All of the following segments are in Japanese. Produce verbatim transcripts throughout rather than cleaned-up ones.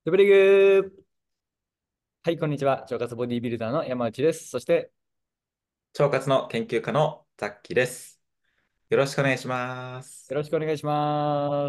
スプリグはい、こんにちは。腸活ボディビルダーの山内です。そして、 腸活の研究家のザッキーです。よろしくお願いします。 よろしくお願いします。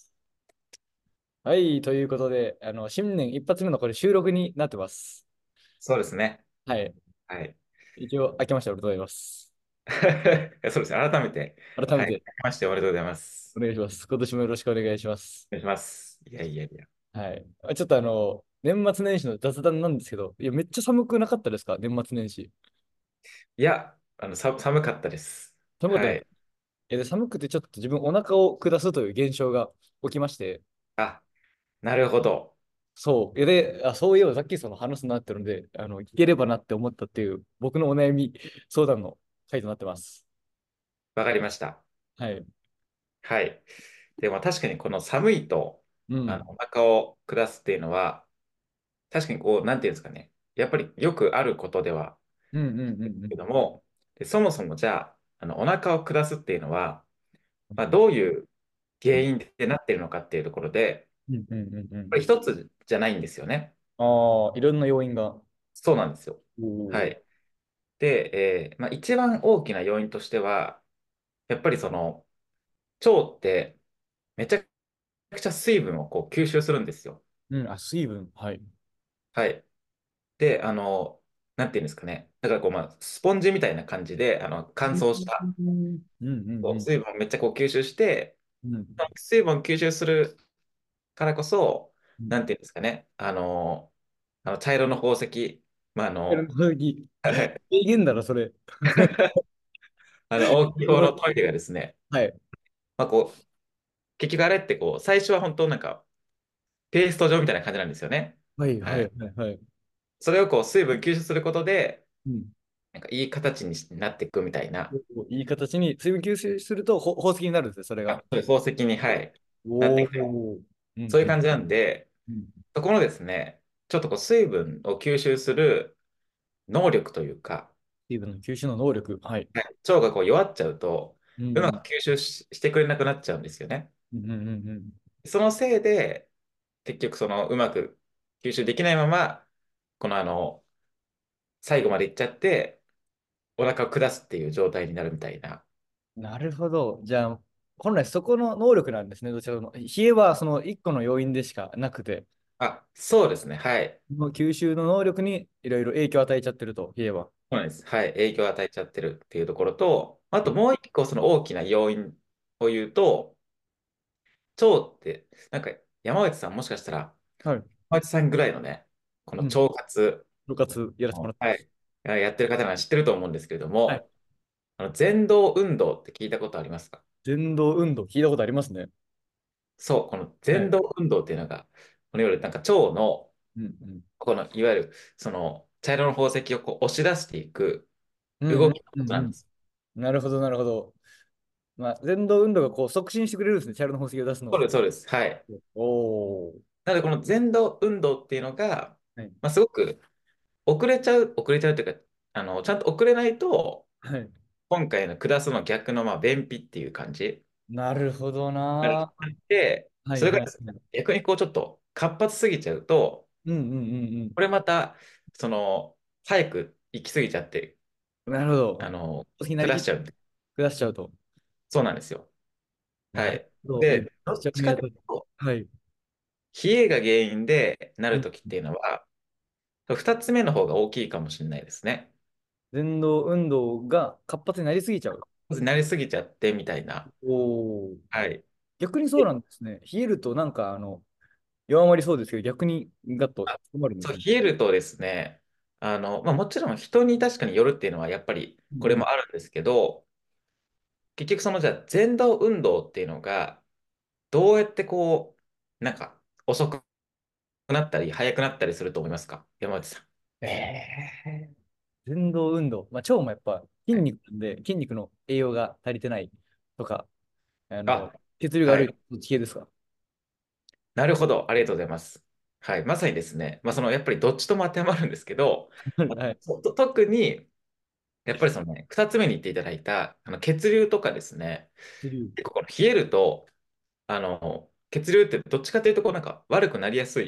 はい、ということで、あの、新年一発目のこれ収録になってます。 そうですね。 はい。 はい。 一応、明けましておめでとうございます。 そうですね。改めて、はい。明改めて、 けましておめでとうございます。 お願いします。今年もよろしくお願いします。 お願いします。いやいやいや。 はい。ちょっとあの、年末年始の雑談なんですけど、いや、めっちゃ寒くなかったですか年末年始。 いや、あの、さ、寒かったです。 寒かったです。 はい。 いや、で、寒くてちょっと自分お腹を下すという現象が起きまして、 あ、なるほど。 そう。いやで、あ、そういえばさっきその話すなってるので、あの、聞ければなって思ったっていう、僕のお悩み相談の回となってます。 わかりました。 はい。 はい。でも確かにこの寒いと、あの、 うん。 お腹を下すっていうのは、確かにこう、なんていうんですかね。やっぱりよくあることでは、 うんうんうんうん。 けども、でそもそもじゃあ、あの、お腹を下すっていうのは、まあ、どういう原因でなっているのかっていうところで、 うんうんうんうん。 これ一つじゃないんですよね。 ああ、いろんな要因が。 そうなんですよ。はおー。 い。で、えーまあ、一番大きな要因としては、やっぱりその、腸ってめちゃくちゃ水分をこう吸収するんですよ。 うん、あ、水分。はい。 はい。で、あの、なんていうんですかね。だからこう、まあ、スポンジみたいな感じで、あの、乾うん燥したうんうんうん。 こう水分をめっちゃこう吸収して、 うん。 水分を吸収するからこそ、 うん。 なんていうんですかね。あの、あの茶色の宝石、まあ、あいやなんの、 かそういう名言だろ、それ。 あの、大きい方のトイレがですね、 はい。 まあ、こう、結局あれってこう、最初は本当なんか、ペースト状みたいな感じなんですよね。 はいはいはい。 はいはい。 それをこう、水分吸収することで、 うん。 なんかいい形になっていくみたいな、 いい形に水分吸収するとほ宝石になるんですね、それが。 あ、そういう宝石に、はい、なっておいく。 お。うんうんそういう感じなんで、 うん。 そこのですね、ちょっとこう、水分を吸収する能力というか、 水分の吸収の能力。はい。 はい、腸がこう弱っちゃうと、うまうんうん。 く吸収し、してくれなくなっちゃうんですよね。 うんうんうんうん。 そのせいで、結局そのうまく吸収できないまま、このあの、最後までいっちゃって、お腹を下すっていう状態になるみたいな。 なるほど。じゃあ、本来そこの能力なんですね。どちらかの。冷えはその一個の要因でしかなくて、 あ、そうですね。はい。 その吸収の能力にいろいろ影響を与えちゃってると、冷えは。 そうなんです。はい。影響を与えちゃってるっていうところと、あともう一個その大きな要因を言うと、腸って、なんか山内さんもしかしたら、 はい。 山内さんぐらいのね、このうん。 腸活部活やらせてもらってます。 はい。やってる方なら知ってると思うんですけれどはい。 も、あの前動運動って聞いたことありますか？ 電動運動聞いたことありますね。 そう、このはい。 前動運動っていうのが、このいわゆるなんか腸の、 うんうん。 このいわゆるその茶色の宝石をこう押し出していくうんうん動きのうんうん。 ことなんです。 なるほど、なるほど。まあ、電動運動がこう促進してくれるんですね。茶色の宝石を出すのを。 そうです、そうです。はい。 おお。 なので、この前動運動っていうのが、 はい。 まあ、すごく遅れちゃう、遅れちゃうというか、あの、ちゃんと遅れないと、 はい。 今回の下すの逆の、まあ、便秘っていう感じなるほどな。 になるで、 はいそれがですね、 はいはい。 逆にこうちょっと活発すぎちゃうと、 うんうんうんこれまた、その、早く行き過ぎちゃって、 うん。なるほど。 あの、 好きになりきって下しちゃうんで。 下しちゃうと。 そうなんですよ。 なるはい。 ほど。え、めで、 っちゃどっちか見当たる。 というと、 はい。 冷えが原因でなうん。 るときっていうのは、二つ目の方が大きいかもしれないですね。 電動運動が活発になりすぎちゃう。 まず慣れすぎちゃってみたいな。 おお。 はい。 逆にそうでなんですね。冷えるとなんかあの、弱まりそうですけど、逆にガッとあそう、 止まるんですね。 冷えるとですね、あの、まあ、もちろん人に確かによるっていうのはやっぱりこれうんもあるんですけど、結局そのじゃあ前動運動っていうのがどうやってこう、なんか遅くなったり速くなったりすると思いますか山内さん？ うん。ええー。運動運動。まあ、腸もやっぱ筋はい。 肉なんで、筋肉の栄養が足りてないとか、あの、 あ、 血流がはい。 悪い地形ですか？ なるほど。ありがとうございます。はい。まさにですね、まあ、そのやっぱりどっちとも当てはまるんですけど、あはい。 とと特にやっぱりそのね、二つ目に言っていただいたあの血流とかですね、 血流。 結構この冷えると、あの、血流ってどっちかというとこうなんか悪くなりやすい。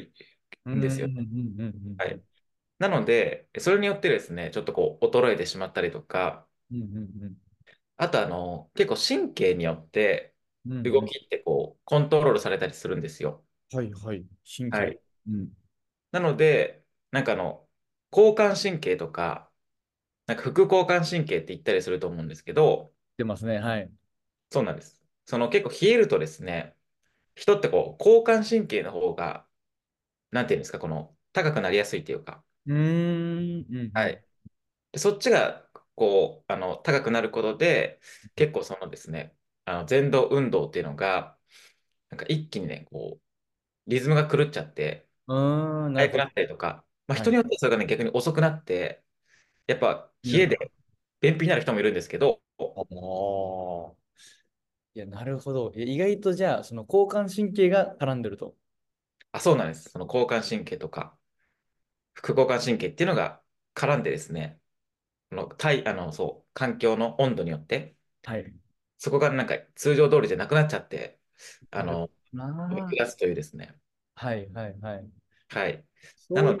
うん、うん、 んですよ。 うん、うん、 はい。なので、それによってですね、ちょっとこう、衰えてしまったりとか、 うん、うん、うん、 あとあの、結構神経によってうん、うん。 動きってこう、コントロールされたりするんですよ。 はい、はい。神経。 はい。 うん。 なので、なんかあの、交感神経とか、なんか副交感神経って言ったりすると思うんですけど、 出ますね。はい。 そうなんです。その結構冷えるとですね、人ってこう、交感神経の方が、なんていうんですか、この、高くなりやすいっていうか、 うーん、うん、うん。 はい。でそっちが、こう、あの、高くなることで、結構そのですね、あの、前動運動っていうのが、なんか一気にね、こう、リズムが狂っちゃって、 うーん、なるほど。 速くなったりとか、まあ、 はい。 人によってはそれがね、逆に遅くなって、やっぱ冷えでになるか。 便秘になる人もいるんですけど、 ああ。いや、なるほど。いや意外とじゃあ、その交感神経が絡んでると。 あ、そうなんです。その交感神経とか、副交感神経っていうのが絡んでですね、この体、あの、そう、環境の温度によって、 はい。 そこがなんか通常通りじゃなくなっちゃって、あなるの、 ほどな。 下すというですね。 はい、はい、はい。 はい。なので、 そういった、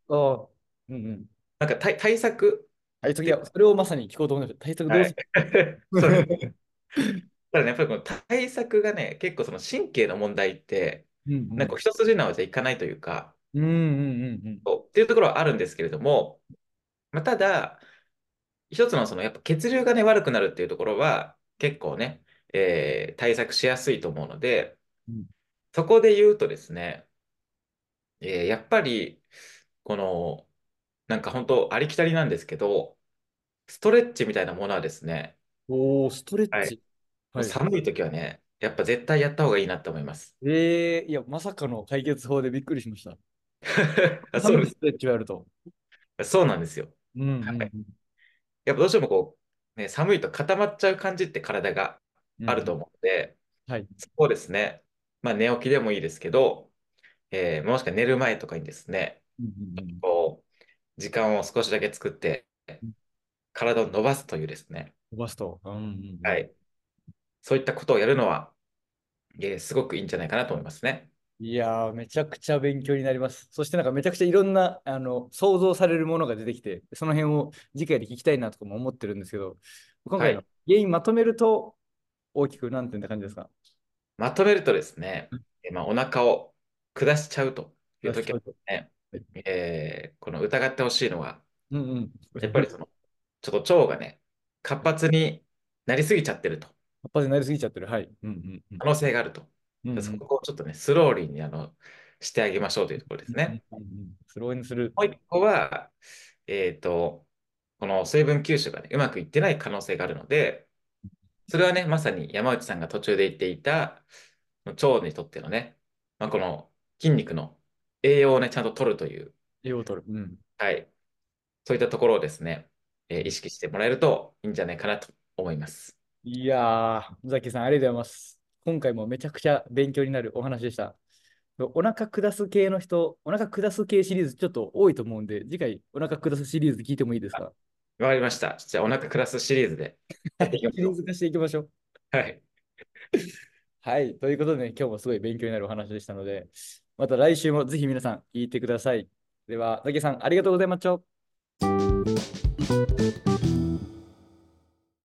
あうんうん。 なんか対、対策対策、いや、 っていうか、 それをまさに聞こうと思いました。対策どはい。 うする？ そうです。ただね、やっぱりこの対策がね、結構その神経の問題って、 うんうなんかこん。 う一筋縄じゃいかないというか、 うんうんうんうん。 そうっていうところはあるんですけれども、まあ、ただ、一つのそのやっぱ血流がね、悪くなるっていうところは、結構ね、えー対策しやすいと思うので、 うんそこで言うとですね、えーやっぱり、この、なんか本当ありきたりなんですけど、ストレッチみたいなものはですね、 おー、ストレッはい。 チ。はい。 寒い時はね、やっぱ絶対やった方がいいなって思います。 えー、いや、まさかの解決法でびっくりしました。 あ、そうです。 寒いストレッチをやると。 そうなんですよ。 うんうはい。 んやっぱどうしてもこう、ね、寒いと固まっちゃう感じって体がうん。うんうん。 あると思うので、 はい。 そうですね。まあ寝起きでもいいですけど、えーもしくは寝る前とかにですね、 うんうんこう、時間を少しだけ作って、 うん。 体を伸ばすというですね、 伸ばすと。うんうんうん。 はい。そういったことをやるのは、えーすごくいいんじゃないかなと思いますね。 いやー、めちゃくちゃ勉強になります。そしてなんかめちゃくちゃいろんなあの想像されるものが出てきて、その辺を次回で聞きたいなとかも思ってるんですけど、今回のはい。 原因まとめると大きくなんていうんな感じですか？ まとめるとですね、えーまあ、お腹を下しちゃうという時は出しちゃうと。 ね、 はい。 えーこの疑ってほしいのは、 うんうん。 やっぱりその、ちょっと腸がね、活発になりすぎちゃってると、 葉っぱでなりすぎちゃってる。はい。うんうんうん。 可能性があると。でそうんうん。 こをちょっとね、スローリーにあのしてあげましょうというところでうんうんすね。 うんうん。スローにする。 もう一個は、えっと、この水分吸収がね、うまくいってない可能性があるので、それはね、まさに山内さんが途中で言っていた、腸にとってのね、まあ、この筋肉の栄養をね、ちゃんと取るという、 栄養を取る。うん。 はい、そういったところをですね、えー意識してもらえるといいんじゃないかなと思います。 いやー、ザキさん、ありがとうございます。今回もめちゃくちゃ勉強になるお話でした。お腹下す系の人、お腹下す系シリーズちょっと多いと思うんで、次回お腹下すシリーズ聞いてもいいですあか？ わかりました。じゃあ、お腹クラスシリーズでやっていきましょシリーズ化していきましょう。 う。はい。 はい。ということでね、今日もすごい勉強になるお話でしたので、また来週もぜひ皆さん聞いてください。では、ザキさん、ありがとうございました。